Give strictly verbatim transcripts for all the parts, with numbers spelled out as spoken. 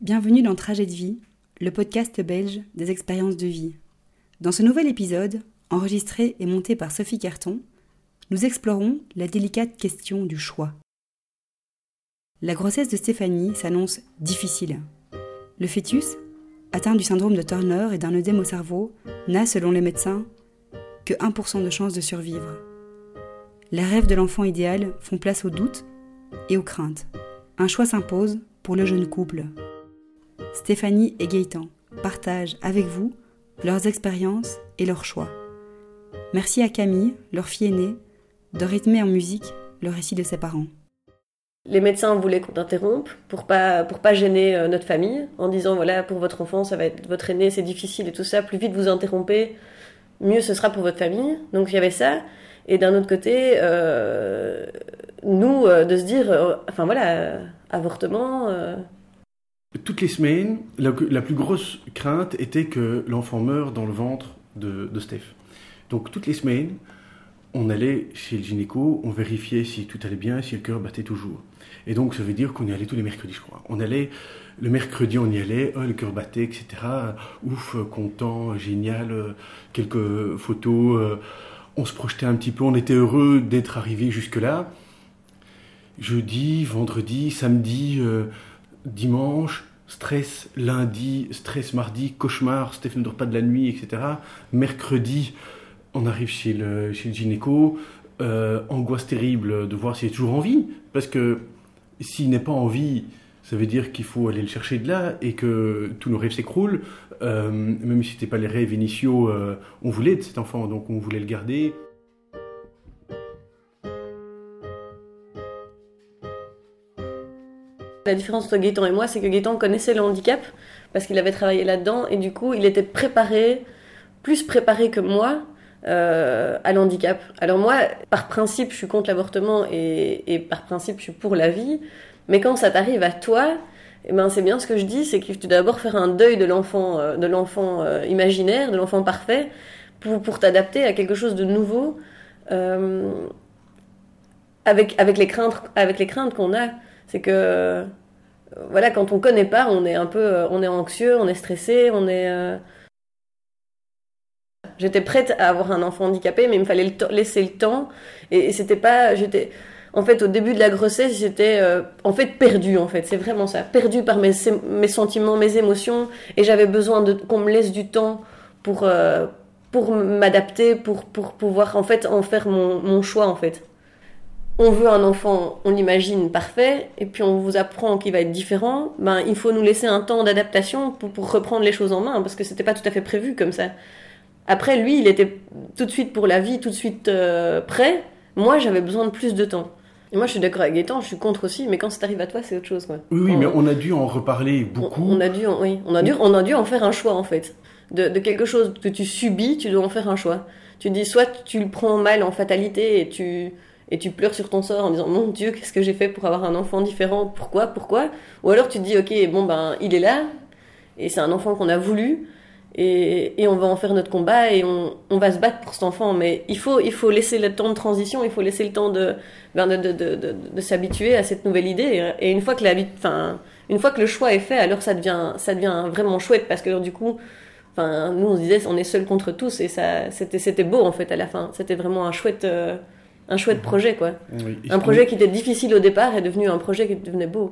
Bienvenue dans Trajet de vie, le podcast belge des expériences de vie. Dans ce nouvel épisode, enregistré et monté par Sophie Carton, nous explorons la délicate question du choix. La grossesse de Stéphanie s'annonce difficile. Le fœtus, atteint du syndrome de Turner et d'un œdème au cerveau, n'a, selon les médecins, que un pour cent de chances de survivre. Les rêves de l'enfant idéal font place aux doutes et aux craintes. Un choix s'impose pour le jeune couple. Stéphanie et Gaëtan partagent avec vous leurs expériences et leurs choix. Merci à Camille, leur fille aînée, de rythmer en musique le récit de ses parents. Les médecins voulaient qu'on interrompe pour pas pour pas gêner euh, notre famille en disant voilà, pour votre enfant ça va être votre aîné, c'est difficile et tout ça, plus vite vous interrompez, mieux ce sera pour votre famille. Donc il y avait ça, et d'un autre côté euh, nous euh, de se dire euh, enfin voilà, euh, avortement euh... Toutes les semaines, la, la plus grosse crainte était que l'enfant meure dans le ventre de, de Steph. Donc toutes les semaines, on allait chez le gynéco, on vérifiait si tout allait bien, si le cœur battait toujours. Et donc ça veut dire qu'on y allait tous les mercredis, je crois. On allait, le mercredi on y allait, oh, le cœur battait, et cetera. Ouf, content, génial, euh, quelques photos, euh, on se projetait un petit peu, on était heureux d'être arrivé jusque-là. Jeudi, vendredi, samedi... Euh, Dimanche, stress, lundi, stress, mardi, cauchemar, Steph ne dort pas de la nuit, et cetera. Mercredi, on arrive chez le, chez le gynéco, euh, angoisse terrible de voir s'il est toujours en vie, parce que s'il n'est pas en vie, ça veut dire qu'il faut aller le chercher de là et que tous nos rêves s'écroulent. Euh, même si ce n'étaient pas les rêves initiaux, euh, on voulait de cet enfant, donc on voulait le garder. La différence entre Gaëtan et moi, c'est que Gaëtan connaissait le handicap parce qu'il avait travaillé là-dedans et du coup, il était préparé, plus préparé que moi euh, à l'handicap. Alors moi, par principe, je suis contre l'avortement et, et par principe, je suis pour la vie. Mais quand ça t'arrive à toi, eh ben, c'est bien ce que je dis, c'est que tu dois d'abord faire un deuil de l'enfant, euh, de l'enfant euh, imaginaire, de l'enfant parfait, pour, pour t'adapter à quelque chose de nouveau, euh, avec, avec, les craintes, avec les craintes qu'on a. C'est que, euh, voilà, quand on connaît pas, on est un peu, euh, on est anxieux, on est stressé, on est... Euh... J'étais prête à avoir un enfant handicapé, mais il me fallait le t- laisser le temps. Et, et c'était pas... J'étais... En fait, au début de la grossesse, j'étais euh, en fait perdue, en fait. C'est vraiment ça. Perdue par mes, mes sentiments, mes émotions. Et j'avais besoin de, qu'on me laisse du temps pour, euh, pour m'adapter, pour, pour pouvoir, en fait, en faire mon, mon choix, en fait. On veut un enfant, on l'imagine parfait, et puis on vous apprend qu'il va être différent, ben, il faut nous laisser un temps d'adaptation pour, pour reprendre les choses en main, parce que c'était pas tout à fait prévu comme ça. Après, lui, il était tout de suite pour la vie, tout de suite euh, prêt. Moi, j'avais besoin de plus de temps. Et moi, je suis d'accord avec Gaëtan, je suis contre aussi, mais quand ça t'arrive à toi, c'est autre chose, quoi. Oui, oui, on, mais on a dû en reparler beaucoup. On, on a dû, oui, on a dû, on a dû en faire un choix, en fait. De, de quelque chose que tu subis, tu dois en faire un choix. Tu dis, soit tu le prends mal en fatalité et tu... et tu pleures sur ton sort en disant mon Dieu, qu'est-ce que j'ai fait pour avoir un enfant différent, pourquoi, pourquoi, ou alors tu te dis ok, bon ben il est là et c'est un enfant qu'on a voulu et, et on va en faire notre combat et on, on va se battre pour cet enfant, mais il faut, il faut laisser le temps de transition, il faut laisser le temps de, ben de, de, de, de, de s'habituer à cette nouvelle idée, et une fois que la, enfin, une fois que le choix est fait, alors ça devient, ça devient vraiment chouette, parce que du coup, enfin, nous on se disait on est seuls contre tous, et ça, c'était, c'était beau en fait à la fin, c'était vraiment un chouette euh, un chouette projet, quoi. Oui, un projet qui était difficile au départ est devenu un projet qui devenait beau.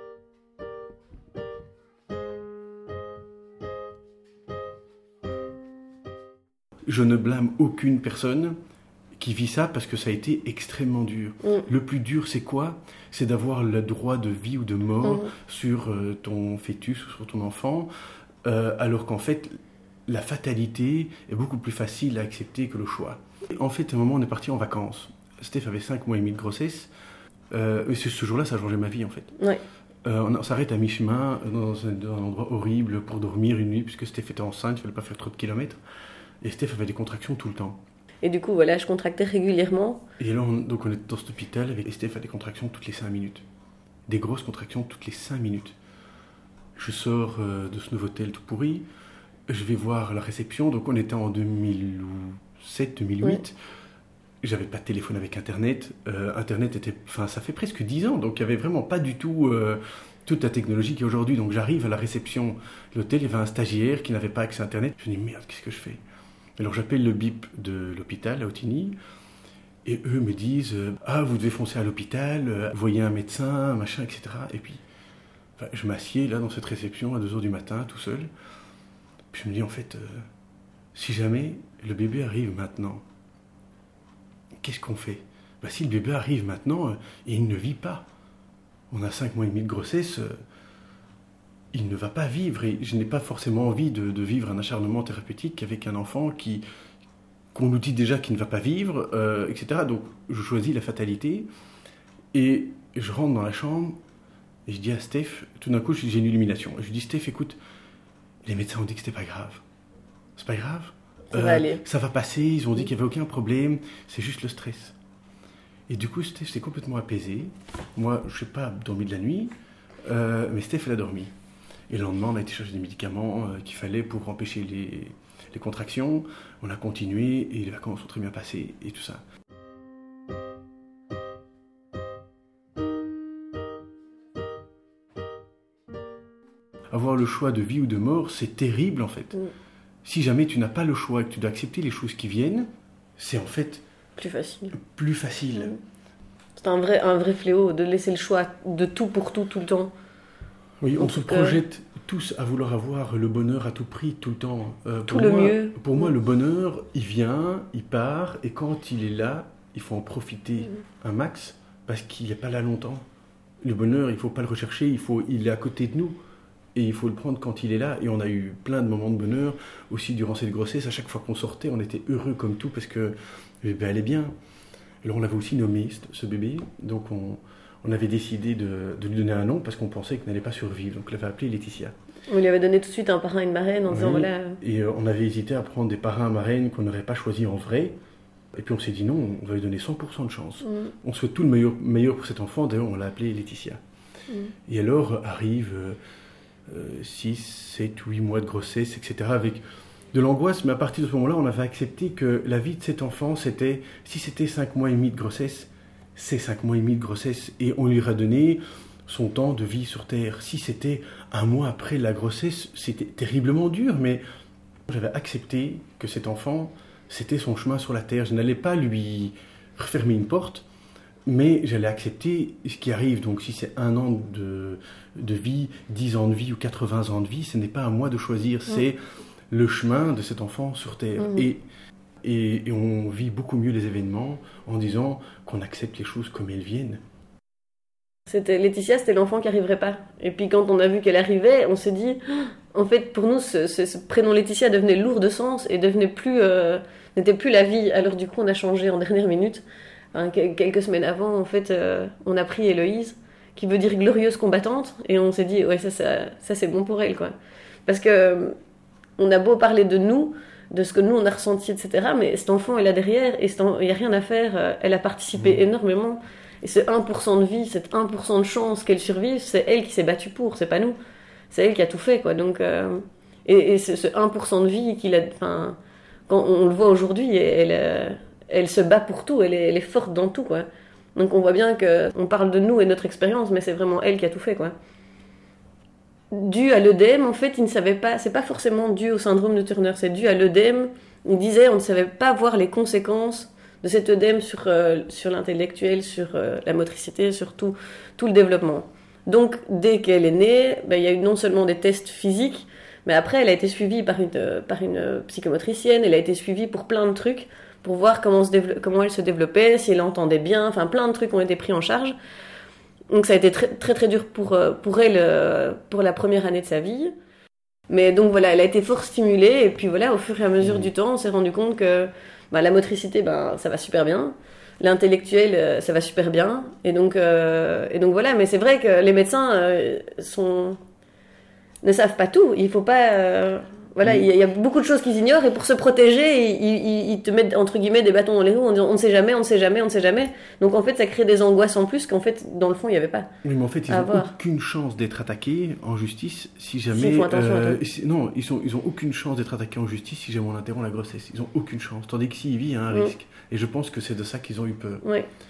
Je ne blâme aucune personne qui vit ça parce que ça a été extrêmement dur. Mm. Le plus dur, c'est quoi ? C'est d'avoir le droit de vie ou de mort mm. sur euh, ton fœtus ou sur ton enfant, euh, alors qu'en fait, la fatalité est beaucoup plus facile à accepter que le choix. En fait, à un moment, on est parti en vacances. Steph avait cinq mois et demi de grossesse. Euh, et ce, ce jour-là, ça a changé ma vie, en fait. Ouais. Euh, on, on s'arrête à mi-chemin, dans un, dans un endroit horrible pour dormir une nuit, puisque Steph était enceinte, il ne fallait pas faire trop de kilomètres. Et Steph avait des contractions tout le temps. Et du coup, voilà, je contractais régulièrement. Et là, on, donc on était dans cet hôpital, avec, et Steph a des contractions toutes les cinq minutes. Des grosses contractions toutes les cinq minutes. Je sors euh, de ce nouveau hôtel tout pourri, je vais voir la réception, donc on était en deux mille sept deux mille huit. Ouais. J'avais pas de téléphone avec Internet. Euh, Internet était... Enfin, ça fait presque dix ans, donc il n'y avait vraiment pas du tout euh, toute la technologie qu'il y a aujourd'hui. Donc j'arrive à la réception de l'hôtel, il y avait un stagiaire qui n'avait pas accès à Internet. Je me dis, merde, qu'est-ce que je fais? Alors j'appelle le bip de l'hôpital à Ottignies, et eux me disent, euh, ah, vous devez foncer à l'hôpital, euh, voyez un médecin, machin, et cetera. Et puis, enfin, je m'assieds là dans cette réception à deux heures du matin, tout seul. Puis je me dis, en fait, euh, si jamais le bébé arrive maintenant, qu'est-ce qu'on fait? Ben, si le bébé arrive maintenant, euh, et il ne vit pas, on a cinq mois et demi de grossesse, euh, il ne va pas vivre, et je n'ai pas forcément envie de, de vivre un acharnement thérapeutique avec un enfant qui, qu'on nous dit déjà qu'il ne va pas vivre, euh, et cetera. Donc je choisis la fatalité, et je rentre dans la chambre, et je dis à Steph, tout d'un coup j'ai une illumination, je lui dis, Steph, écoute, les médecins ont dit que c'était pas grave. C'est pas grave. Ça euh, va aller. Ça va passer, ils ont dit qu'il n'y avait aucun problème, c'est juste le stress. Et du coup, Steph s'est complètement apaisée. Moi, je n'ai pas dormi de la nuit, euh, mais Steph, elle a dormi. Et le lendemain, on a été chercher des médicaments euh, qu'il fallait pour empêcher les, les contractions. On a continué et les vacances sont très bien passées et tout ça. Avoir le choix de vie ou de mort, c'est terrible en fait. Mm. Si jamais tu n'as pas le choix et que tu dois accepter les choses qui viennent, c'est en fait plus facile. Plus facile. Mm. C'est un vrai, un vrai fléau de laisser le choix de tout pour tout, tout le temps. Oui, on se projette euh... tous à vouloir avoir le bonheur à tout prix, tout le temps. Euh, tout le moi, mieux. Pour moi, le bonheur, il vient, il part, et quand il est là, il faut en profiter mm. un max, parce qu'il n'est pas là longtemps. Le bonheur, il ne faut pas le rechercher, il, faut, il est à côté de nous. Et il faut le prendre quand il est là. Et on a eu plein de moments de bonheur aussi durant cette grossesse. À chaque fois qu'on sortait, on était heureux comme tout parce que le bébé allait bien. Alors on l'avait aussi nommé, ce bébé. Donc on, on avait décidé de, de lui donner un nom parce qu'on pensait qu'il n'allait pas survivre. Donc on l'avait appelé Laetitia. On lui avait donné tout de suite un parrain et une marraine en disant oui, voilà. Et euh, on avait hésité à prendre des parrains, marraines qu'on n'aurait pas choisis en vrai. Et puis on s'est dit non, on va lui donner cent pour cent de chance. Mm. On souhaite tout le meilleur, meilleur pour cet enfant. D'ailleurs, on l'a appelé Laetitia. Mm. Et alors arrive... Euh, six, sept, huit mois de grossesse, et cetera, avec de l'angoisse, mais à partir de ce moment-là, on avait accepté que la vie de cet enfant, c'était, si c'était cinq mois et demi de grossesse, c'est cinq mois et demi de grossesse, et on lui a donné son temps de vie sur Terre. Si c'était un mois après la grossesse, c'était terriblement dur, mais j'avais accepté que cet enfant, c'était son chemin sur la Terre. Je n'allais pas lui refermer une porte, mais j'allais accepter ce qui arrive. Donc si c'est un an de, de vie, dix ans de vie ou quatre-vingts ans de vie, ce n'est pas à moi de choisir, mmh. c'est le chemin de cet enfant sur Terre. Mmh. Et, et, et on vit beaucoup mieux les événements en disant qu'on accepte les choses comme elles viennent. C'était, Laetitia, c'était l'enfant qui n'arriverait pas. Et puis quand on a vu qu'elle arrivait, on s'est dit, en fait pour nous ce, ce, ce prénom Laetitia devenait lourd de sens et devenait plus, euh, n'était plus la vie. Alors du coup on a changé en dernière minute. Enfin, quelques semaines avant, en fait, euh, on a pris Héloïse, qui veut dire glorieuse combattante, et on s'est dit, ouais, ça, ça, ça c'est bon pour elle, quoi. Parce que euh, on a beau parler de nous, de ce que nous on a ressenti, et cetera, mais cet enfant est là derrière, et il n'y a rien à faire. Euh, elle a participé mmh. énormément, et ce un pour cent de vie, cet un pour cent de chance qu'elle survive, c'est elle qui s'est battue pour, c'est pas nous. C'est elle qui a tout fait, quoi. Donc, euh, et, et ce, ce un pour cent de vie qu'il a, enfin, quand on le voit aujourd'hui, elle. Euh, Elle se bat pour tout, elle est, elle est forte dans tout, quoi. Donc on voit bien qu'on parle de nous et notre expérience, mais c'est vraiment elle qui a tout fait, quoi. Dû à l'œdème, en fait, il ne savait pas, c'est pas forcément dû au syndrome de Turner, c'est dû à l'œdème. Il disait on ne savait pas voir les conséquences de cet œdème sur, euh, sur l'intellectuel, sur euh, la motricité, sur tout, tout le développement. Donc dès qu'elle est née, ben, il y a eu non seulement des tests physiques, mais après elle a été suivie par une, euh, par une psychomotricienne, elle a été suivie pour plein de trucs, pour voir comment, se dévelop- comment elle se développait, si elle entendait bien, enfin plein de trucs ont été pris en charge. Donc ça a été très très, très dur pour, pour elle, pour la première année de sa vie. Mais donc voilà, elle a été fort stimulée, et puis voilà, au fur et à mesure du temps, on s'est rendu compte que bah, la motricité, bah, ça va super bien, l'intellectuel, ça va super bien, et donc, euh, et donc voilà, mais c'est vrai que les médecins euh, sont... ne savent pas tout, il faut pas... Euh... Voilà, il y, y a beaucoup de choses qu'ils ignorent, et pour se protéger, ils, ils, ils te mettent entre guillemets des bâtons dans les roues en disant on ne sait jamais, on ne sait jamais, on ne sait jamais. Donc en fait, ça crée des angoisses en plus qu'en fait, dans le fond, il n'y avait pas. Oui, mais en fait, ils n'ont aucune chance d'être attaqués en justice si jamais. Ils font attention euh, à toi. Si, non, ils sont, ils ont aucune chance d'être attaqués en justice si jamais on interrompt la grossesse. Ils n'ont aucun chance. Tandis que s'il vit, il y a un mmh. risque. Et je pense que c'est de ça qu'ils ont eu peur. Oui.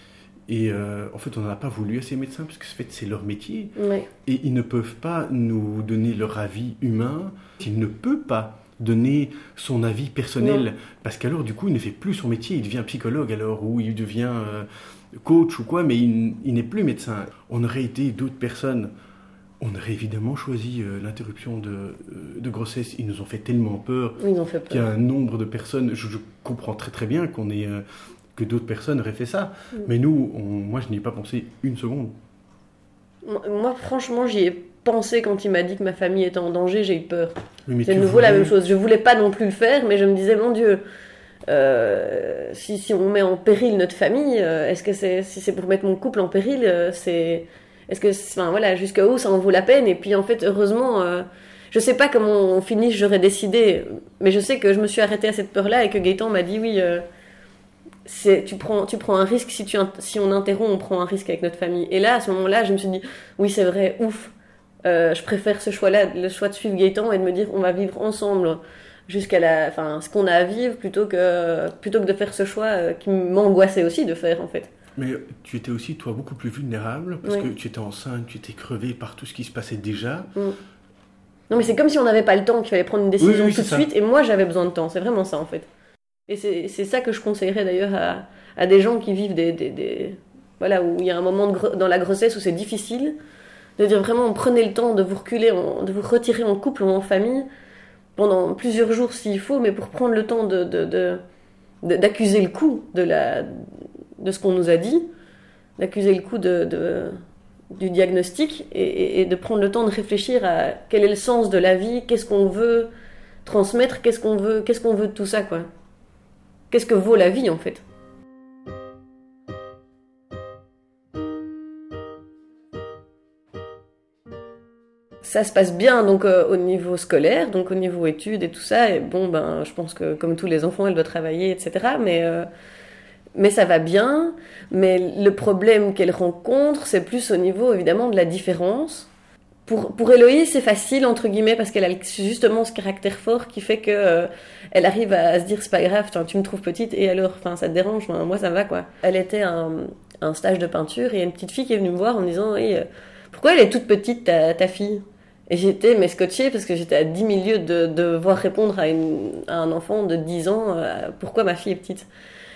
Et euh, en fait, on n'en a pas voulu à ces médecins parce que en fait, c'est leur métier. Ouais. Et ils ne peuvent pas nous donner leur avis humain. Il ne peut pas donner son avis personnel. Non. Parce qu'alors, du coup, il ne fait plus son métier. Il devient psychologue alors, ou il devient euh, coach ou quoi, mais il, il n'est plus médecin. On aurait été d'autres personnes. On aurait évidemment choisi euh, l'interruption de, euh, de grossesse. Ils nous ont fait tellement peur, Oui, ils ont fait peur. qu'il y a un nombre de personnes. Je, je comprends très très bien qu'on ait... Euh, que d'autres personnes auraient fait ça. Mm. Mais nous, on, moi, je n'y ai pas pensé une seconde. Moi, franchement, j'y ai pensé quand il m'a dit que ma famille était en danger, j'ai eu peur. Oui, c'est de nouveau voulais... la même chose. Je voulais pas non plus le faire, mais je me disais, mon Dieu, euh, si, si on met en péril notre famille, euh, est-ce que c'est, si c'est pour mettre mon couple en péril, euh, c'est... Est-ce que, enfin voilà, jusqu'à où ça en vaut la peine? Et puis en fait, heureusement... Euh, je sais pas comment on finit, j'aurais décidé, mais je sais que je me suis arrêtée à cette peur-là et que Gaëtan m'a dit, oui... Euh, C'est, tu, prends, tu prends un risque, si, tu, si on interrompt, on prend un risque avec notre famille. Et là, à ce moment-là, je me suis dit, oui, c'est vrai, ouf, euh, je préfère ce choix-là, le choix de suivre Gaëtan et de me dire, on va vivre ensemble jusqu'à la, enfin, ce qu'on a à vivre, plutôt que, plutôt que de faire ce choix euh, qui m'angoissait aussi de faire, en fait. Mais tu étais aussi, toi, beaucoup plus vulnérable, parce oui. que tu étais enceinte, tu étais crevée par tout ce qui se passait déjà. Mm. Non, mais c'est comme si on n'avait pas le temps, qu'il fallait prendre une décision oui, oui, tout de ça. suite, et moi, j'avais besoin de temps, c'est vraiment ça, en fait. Et c'est, c'est ça que je conseillerais d'ailleurs à, à des gens qui vivent des, des, des... Voilà, où il y a un moment de, dans la grossesse où c'est difficile, de dire vraiment prenez le temps de vous reculer, en, de vous retirer en couple ou en famille pendant plusieurs jours s'il faut, mais pour prendre le temps de, de, de, de, d'accuser le coup de, la, de ce qu'on nous a dit, d'accuser le coup de, de, du diagnostic et, et, et de prendre le temps de réfléchir à quel est le sens de la vie, qu'est-ce qu'on veut transmettre, qu'est-ce qu'on veut, qu'est-ce qu'on veut de tout ça, quoi. Qu'est-ce que vaut la vie, en fait? Ça se passe bien donc euh, au niveau scolaire, donc au niveau études et tout ça. Et bon, ben, je pense que comme tous les enfants, elle doit travailler, et cetera. Mais, euh, mais ça va bien. Mais le problème qu'elle rencontre, c'est plus au niveau, évidemment, de la différence. Pour, pour Héloïse, c'est facile, entre guillemets, parce qu'elle a justement ce caractère fort qui fait que euh, elle arrive à, à se dire, c'est pas grave, tu me trouves petite, et alors, enfin, ça te dérange, enfin, moi, ça va, quoi. Elle était à un, un stage de peinture, et il y a une petite fille qui est venue me voir en me disant, hey, pourquoi elle est toute petite, ta, ta fille? Et j'étais, mais scotchée, parce que j'étais à dix mille lieues de, de devoir répondre à, une, à un enfant de dix ans, euh, pourquoi ma fille est petite?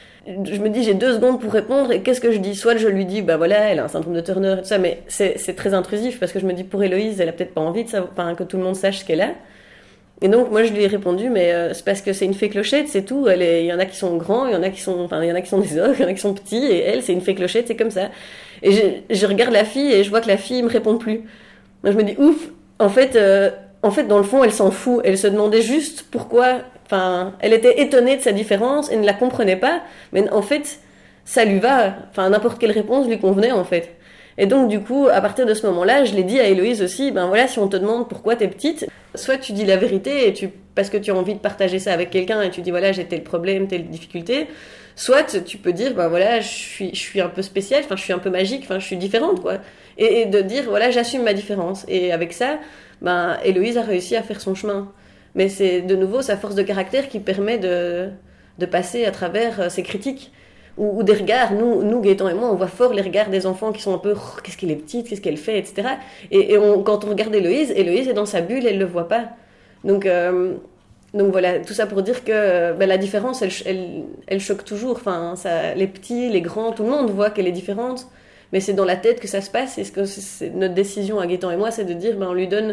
Je me dis, j'ai deux secondes pour répondre, et qu'est-ce que je dis? Soit je lui dis, bah voilà, elle a un syndrome de Turner et tout ça, mais c'est, c'est très intrusif, parce que je me dis, pour Héloïse, elle a peut-être pas envie de savoir, enfin, que tout le monde sache ce qu'elle a. Et donc, moi, je lui ai répondu, mais euh, c'est parce que c'est une fée clochette, c'est tout. Elle est, il y en a qui sont grands, il y en a qui sont, enfin, il y en a qui sont des ogres, il y en a qui sont petits, et elle, c'est une fée clochette, c'est comme ça. Et je, je regarde la fille, et je vois que la fille me répond plus. Moi, je me dis, ouf, en fait, euh, en fait, dans le fond, elle s'en fout. Elle se demandait juste pourquoi, enfin, elle était étonnée de sa différence, elle ne la comprenait pas, mais en fait, ça lui va, enfin, n'importe quelle réponse lui convenait, en fait. Et donc, du coup, à partir de ce moment-là, je l'ai dit à Héloïse aussi, ben voilà, si on te demande pourquoi t'es petite, soit tu dis la vérité et tu, parce que tu as envie de partager ça avec quelqu'un et tu dis, voilà, j'ai tel problème, telle difficulté, soit tu peux dire, ben voilà, je suis, je suis un peu spéciale, enfin, je suis un peu magique, enfin, je suis différente, quoi. Et, et de dire, voilà, j'assume ma différence. Et avec ça, ben, Héloïse a réussi à faire son chemin. Mais c'est de nouveau sa force de caractère qui permet de, de passer à travers ces critiques. Ou, ou des regards, nous, nous, Gaëtan et moi, on voit fort les regards des enfants qui sont un peu oh, qu'est-ce qu'elle est petite, qu'est-ce qu'elle fait, et cetera. Et, et on, quand on regarde Héloïse, Héloïse est dans sa bulle, elle ne le voit pas. Donc, euh, donc voilà, tout ça pour dire que ben, la différence, elle, elle, elle choque toujours. Enfin, ça, les petits, les grands, tout le monde voit qu'elle est différente. Mais c'est dans la tête que ça se passe. Et ce que c'est, notre décision à Gaëtan et moi, c'est de dire ben, on lui donne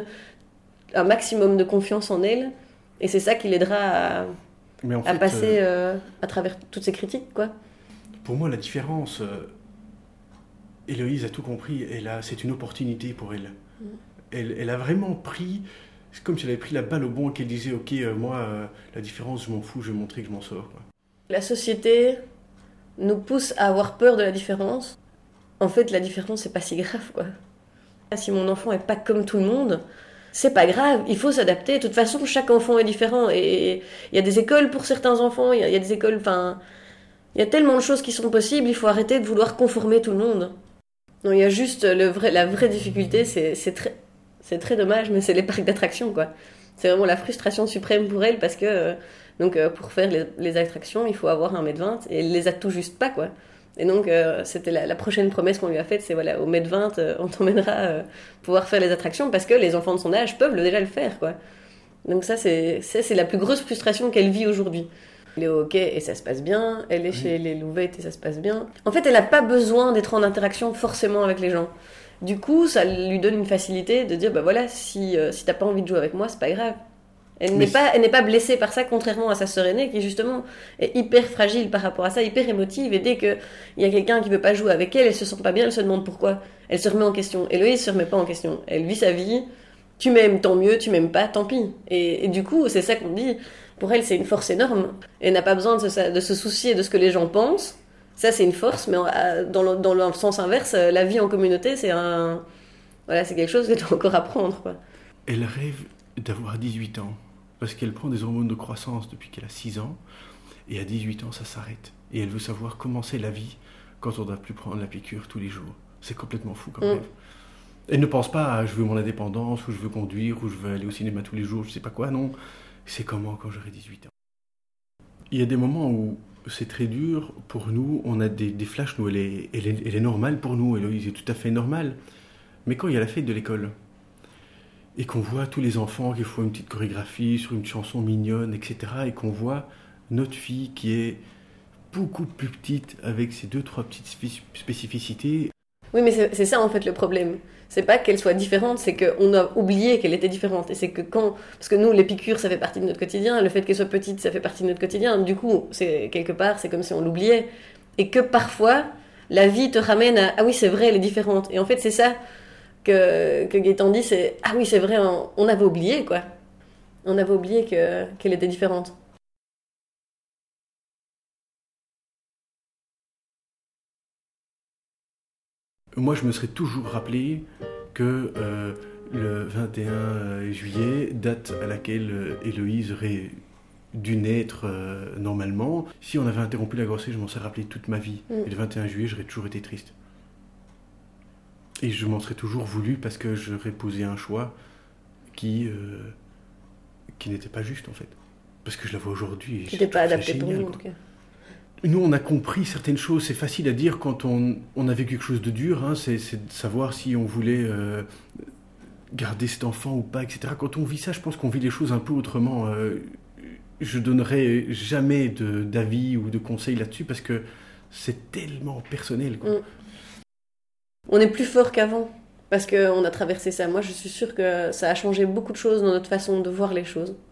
un maximum de confiance en elle. Et c'est ça qui l'aidera à, Mais en à fait, passer euh... euh, à travers toutes ces critiques, quoi. Pour moi, la différence, euh, Héloïse a tout compris, elle a, c'est une opportunité pour elle. Mm. elle. Elle a vraiment pris, c'est comme si elle avait pris la balle au bon et qu'elle disait, ok, euh, moi, euh, la différence, je m'en fous, je vais montrer que je m'en sors. Quoi. La société nous pousse à avoir peur de la différence. En fait, la différence, c'est pas si grave, quoi. Si mon enfant est pas comme tout le monde, c'est pas grave, il faut s'adapter. De toute façon, chaque enfant est différent. Et il y a des écoles pour certains enfants, il y, y a des écoles, enfin... Il y a tellement de choses qui sont possibles, il faut arrêter de vouloir conformer tout le monde. Non, il y a juste le vrai, la vraie difficulté, c'est, c'est, très, c'est très dommage, mais c'est les parcs d'attractions, quoi. C'est vraiment la frustration suprême pour elle, parce que donc, pour faire les, les attractions, il faut avoir un mètre vingt, et elle les a tout juste pas, quoi. Et donc, euh, c'était la, la prochaine promesse qu'on lui a faite, c'est voilà, au mai de vingt, euh, on t'emmènera euh, pouvoir faire les attractions parce que les enfants de son âge peuvent le, déjà le faire, quoi. Donc ça, c'est, ça, c'est la plus grosse frustration qu'elle vit aujourd'hui. Elle est au hockey et ça se passe bien, elle est oui. chez les Louvettes et ça se passe bien. En fait, elle n'a pas besoin d'être en interaction forcément avec les gens. Du coup, ça lui donne une facilité de dire, bah voilà, si, euh, si t'as pas envie de jouer avec moi, c'est pas grave. Elle n'est, pas, elle n'est pas blessée par ça, contrairement à sa sœur aînée, qui justement est hyper fragile par rapport à ça, hyper émotive, et dès qu'il y a quelqu'un qui veut pas jouer avec elle, elle se sent pas bien, elle se demande pourquoi. Elle se remet en question. Héloïse se remet pas en question. Elle vit sa vie, tu m'aimes, tant mieux, tu m'aimes pas, tant pis. Et, et du coup, c'est ça qu'on dit, pour elle, c'est une force énorme. Elle n'a pas besoin de se, de se soucier de ce que les gens pensent. Ça, c'est une force, mais dans le, dans le sens inverse, la vie en communauté, c'est un... Voilà, c'est quelque chose qu'elle doit encore apprendre, quoi. Elle rêve d'avoir dix-huit ans. Parce qu'elle prend des hormones de croissance depuis qu'elle a six ans, et à dix-huit ans, ça s'arrête. Et elle veut savoir comment c'est la vie quand on ne doit plus prendre la piqûre tous les jours. C'est complètement fou quand même. Mm. Elle ne pense pas à « je veux mon indépendance » ou « je veux conduire » ou « je veux aller au cinéma tous les jours », je ne sais pas quoi, non. C'est comment quand j'aurai dix-huit ans. Il y a des moments où c'est très dur pour nous, on a des, des flashs, nous, elle est, elle, est, elle est normale pour nous, Héloïse est tout à fait normale. Mais quand il y a la fête de l'école, et qu'on voit tous les enfants qui font une petite chorégraphie sur une chanson mignonne, et cetera, et qu'on voit notre fille qui est beaucoup plus petite, avec ses deux, trois petites spécificités. Oui, mais c'est, c'est ça en fait le problème. C'est pas qu'elle soit différente, c'est qu'on a oublié qu'elle était différente. Et c'est que quand... Parce que nous, les piqûres, ça fait partie de notre quotidien, le fait qu'elle soit petite, ça fait partie de notre quotidien. Du coup, c'est, quelque part, c'est comme si on l'oubliait. Et que parfois, la vie te ramène à « ah oui, c'est vrai, elle est différente ». Et en fait, c'est ça... que, que Gaëtan dit, c'est « ah oui, c'est vrai, on, on avait oublié, quoi. On avait oublié que, qu'elle était différente. » Moi, je me serais toujours rappelé que euh, le vingt et un juillet, date à laquelle euh, Héloïse aurait dû naître euh, normalement, si on avait interrompu la grossesse, je m'en serais rappelé toute ma vie. Mm. Et le vingt et un juillet, j'aurais toujours été triste. Et je m'en serais toujours voulu parce que j'aurais posé un choix qui, euh, qui n'était pas juste en fait. Parce que je la vois aujourd'hui. Qui n'était pas adapté pour nous en tout cas. Nous, on a compris certaines choses. C'est facile à dire quand on, on a vécu quelque chose de dur. Hein, c'est, c'est de savoir si on voulait euh, garder cet enfant ou pas, et cetera. Quand on vit ça, je pense qu'on vit les choses un peu autrement. Euh, je donnerai jamais de, d'avis ou de conseils là-dessus parce que c'est tellement personnel, quoi. Mm. On est plus fort qu'avant, parce qu'on a traversé ça. Moi, je suis sûre que ça a changé beaucoup de choses dans notre façon de voir les choses.